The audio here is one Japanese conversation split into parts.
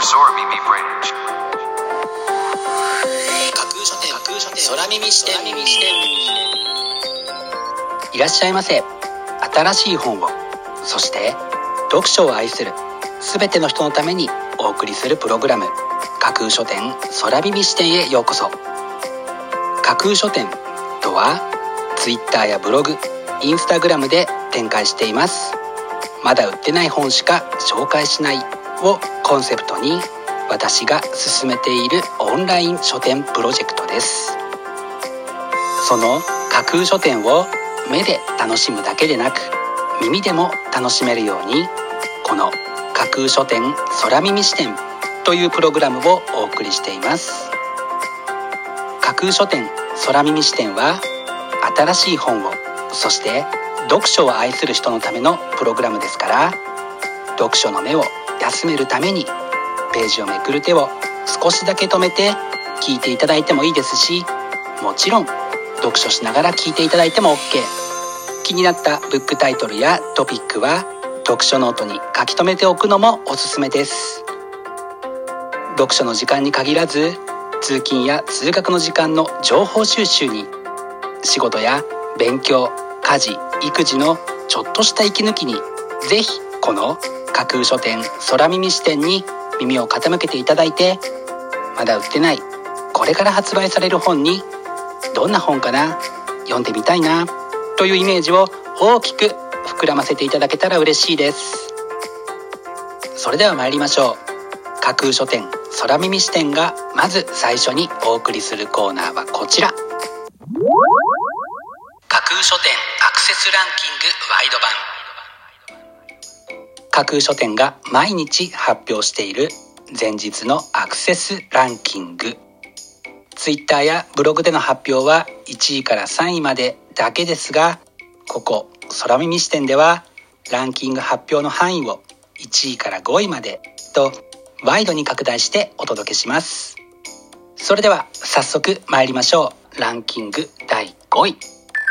架空書店空耳視点。いらっしゃいませ。新しい本を、そして読書を愛するすべての人のためにお送りするプログラム、架空書店空耳視点へようこそ。架空書店とは Twitter やブログ、インスタグラムで展開しています。まだ売ってない本しか紹介しないをコンセプトに、私が進めているオンライン書店プロジェクトです。その架空書店を目で楽しむだけでなく、耳でも楽しめるように、この架空書店空耳視点というプログラムをお送りしています。架空書店空耳視点は、新しい本を、そして読書を愛する人のためのプログラムですから、読書の目を休めるためにページをめくる手を少しだけ止めて聞いていただいてもいいですし、もちろん読書しながら聞いていただいても OK。 気になったブックタイトルやトピックは読書ノートに書き留めておくのもおすすめです。読書の時間に限らず、通勤や通学の時間の情報収集に、仕事や勉強、家事、育児のちょっとした息抜きに、ぜひこの架空書店空耳視点に耳を傾けていただいて、まだ売ってない、これから発売される本に、どんな本かな、読んでみたいなというイメージを大きく膨らませていただけたら嬉しいです。それでは参りましょう。架空書店空耳視点がまず最初にお送りするコーナーはこちら。架空書店アクセスランキングワイド版。架空書店が毎日発表している前日のアクセスランキング。ツイッターやブログでの発表は1位から3位までだけですが、ここ空耳視点ではランキング発表の範囲を1位から5位までとワイドに拡大してお届けします。それでは早速参りましょう。ランキング第5位。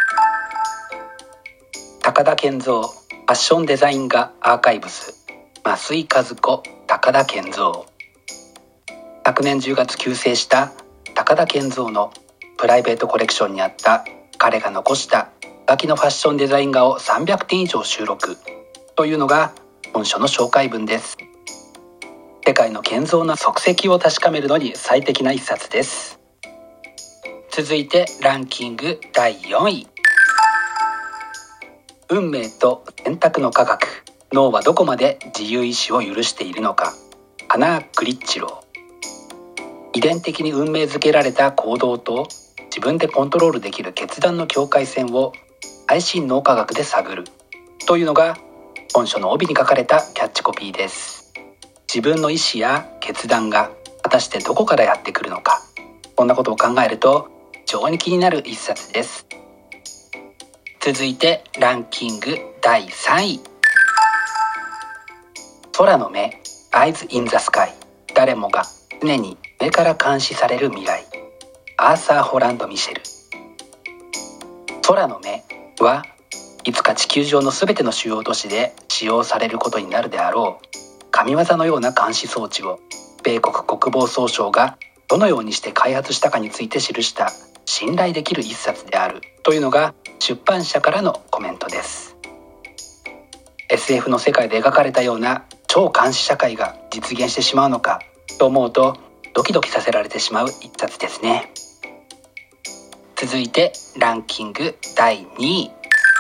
高田健三ファッションデザイン画アーカイブス、増井和子高田健三。昨年10月急逝した高田健三のプライベートコレクションにあった彼が残した手書きのファッションデザイン画を300点以上収録というのが本書の紹介文です。世界の健三の足跡を確かめるのに最適な一冊です。続いてランキング第4位。運命と選択の科学、脳はどこまで自由意志を許しているのか、アナ・グリッチロー。遺伝的に運命づけられた行動と自分でコントロールできる決断の境界線を最新脳科学で探るというのが本書の帯に書かれたキャッチコピーです。自分の意思や決断が果たしてどこからやってくるのか、こんなことを考えると非常に気になる一冊です。続いてランキング第3位。空の目 Eyes in the Sky、 誰もが常に目から監視される未来、アーサー・ホランド・ミシェル。空の目はいつか地球上のすべての主要都市で使用されることになるであろう神業のような監視装置を米国国防総省がどのようにして開発したかについて記した信頼できる一冊であるというのが出版社からのコメントです。 SF の世界で描かれたような超監視社会が実現してしまうのかと思うとドキドキさせられてしまう一冊ですね。続いてランキング第2位。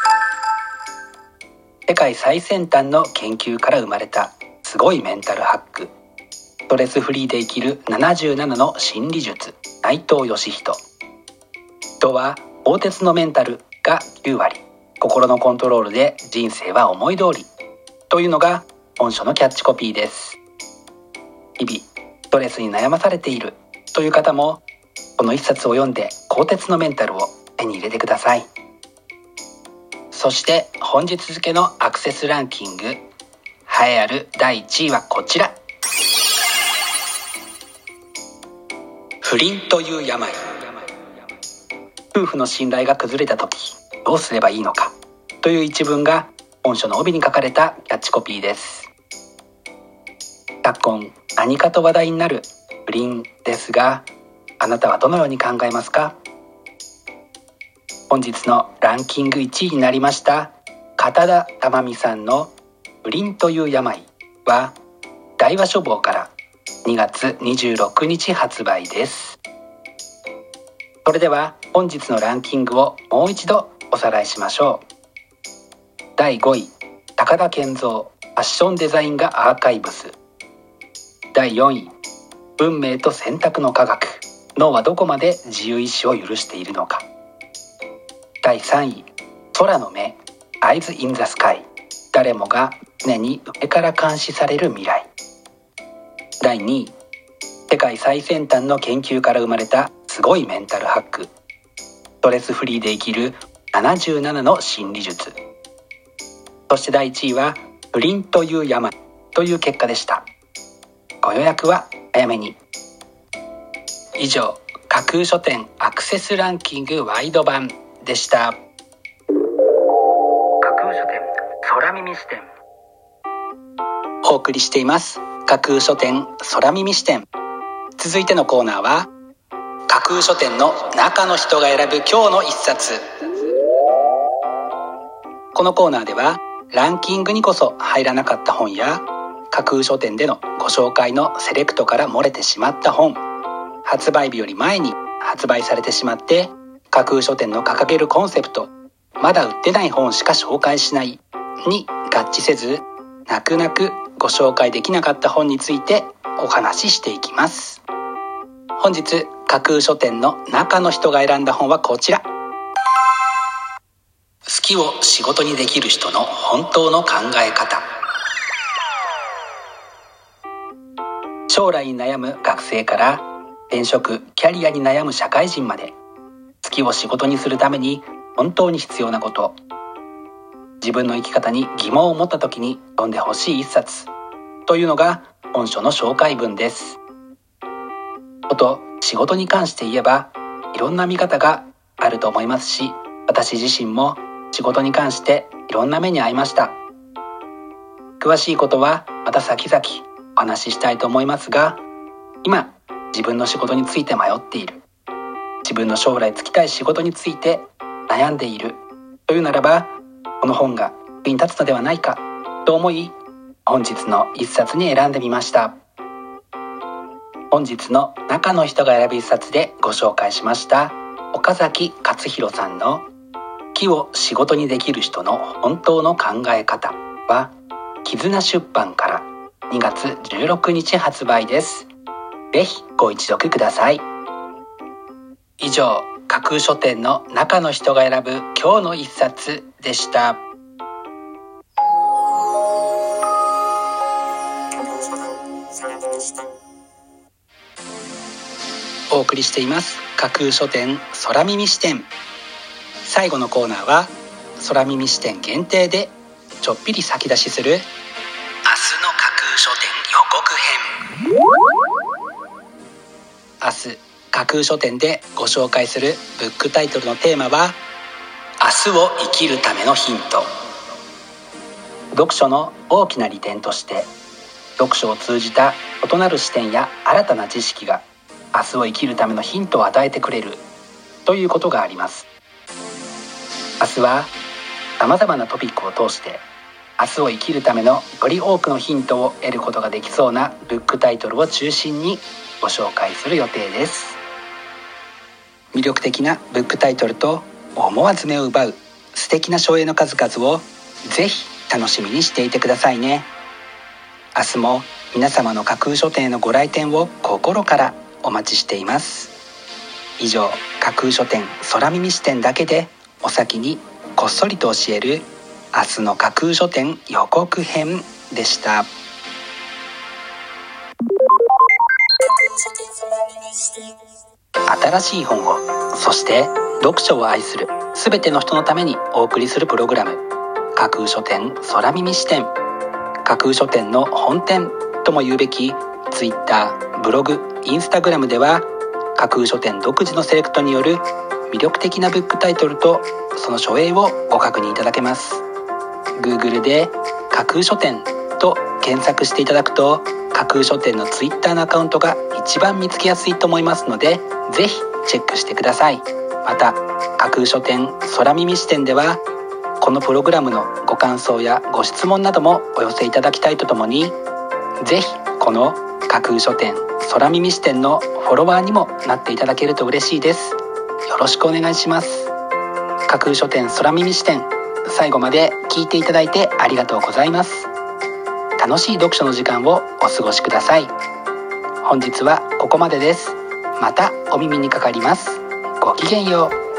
世界最先端の研究から生まれたすごいメンタルハック、ストレスフリーで生きる77の心理術、内藤義人。人は鋼鉄のメンタルが9割、心のコントロールで人生は思い通りというのが本書のキャッチコピーです。日々ストレスに悩まされているという方もこの一冊を読んで鋼鉄のメンタルを手に入れてください。そして本日付のアクセスランキング栄えある第1位はこちら。不倫という病。夫婦の信頼が崩れた時どうすればいいのかという一文が本書の帯に書かれたキャッチコピーです。昨今何かと話題になる不倫ですが、あなたはどのように考えますか？本日のランキング1位になりました片田珠美さんの不倫という病は大和書房から2月26日発売です。それでは本日のランキングをもう一度おさらいしましょう。第5位、高田健三ファッションデザインがアーカイブス。第4位、運命と選択の科学、脳はどこまで自由意志を許しているのか。第3位、空の目 Eyes in the Sky、 誰もが常に上から監視される未来。第2位、世界最先端の研究から生まれたすごいメンタルハック、ストレスフリーで生きる77の心理術。そして第1位は不倫という病という結果でした。ご予約は早めに。以上、架空書店アクセスランキングワイド版でした。架空書店空耳視点、お送りしています架空書店空耳視点。続いてのコーナーは架空書店の中の人が選ぶ今日の一冊。このコーナーではランキングにこそ入らなかった本や架空書店でのご紹介のセレクトから漏れてしまった本、発売日より前に発売されてしまって架空書店の掲げるコンセプト、まだ売ってない本しか紹介しないに合致せず、泣く泣くご紹介できなかった本についてお話ししていきます。本日架空書店の中の人が選んだ本はこちら。好きを仕事にできる人の本当の考え方。将来に悩む学生から転職キャリアに悩む社会人まで、好きを仕事にするために本当に必要なこと、自分の生き方に疑問を持った時に読んでほしい一冊というのが本書の紹介文です。仕事に関して言えばいろんな見方があると思いますし、私自身も仕事に関していろんな目に遭いました。詳しいことはまた先々お話ししたいと思いますが、今自分の仕事について迷っている、自分の将来就きたい仕事について悩んでいるというならば、この本が役に立つのではないかと思い、本日の一冊に選んでみました。本日の中の人が選ぶ一冊でご紹介しました岡崎勝弘さんの気を仕事にできる人の本当の考え方は絆出版から2月16日発売です。ぜひご一読ください。以上、架空書店の中の人が選ぶ今日の一冊でした。お送りしています架空書店空耳視点。最後のコーナーは空耳視点限定でちょっぴり先出しする明日の架空書店予告編。明日架空書店でご紹介するブックタイトルのテーマは明日を生きるためのヒント。読書の大きな利点として、読書を通じた異なる視点や新たな知識が明日を生きるためのヒントを与えてくれるということがあります。明日はさまざまなトピックを通して明日を生きるためのより多くのヒントを得ることができそうなブックタイトルを中心にご紹介する予定です。魅力的なブックタイトルと思わず目を奪う素敵な書影の数々をぜひ楽しみにしていてくださいね。明日も皆様の架空書店へのご来店を心からお待ちしています。以上、架空書店空耳視点だけでお先にこっそりと教える明日の架空書店予告編でした。新しい本を、そして読書を愛するすべての人のためにお送りするプログラム、架空書店空耳視点。架空書店の本店とも言うべき Twitter、ブログ、Instagram では架空書店独自のセレクトによる魅力的なブックタイトルとその書影をご確認いただけます。 Google で架空書店と検索していただくと架架空書店のツイッターのアカウントが一番見つけやすいと思いますので、ぜひチェックしてください。また架空書店空耳視点では、このプログラムのご感想やご質問などもお寄せいただきたいとともに、ぜひこの架空書店空耳視点のフォロワーにもなっていただけると嬉しいです。よろしくお願いします。架空書店空耳視点、最後まで聞いていただいてありがとうございます。楽しい読書の時間をお過ごしください。本日はここまでです。またお耳にかかります。ごきげんよう。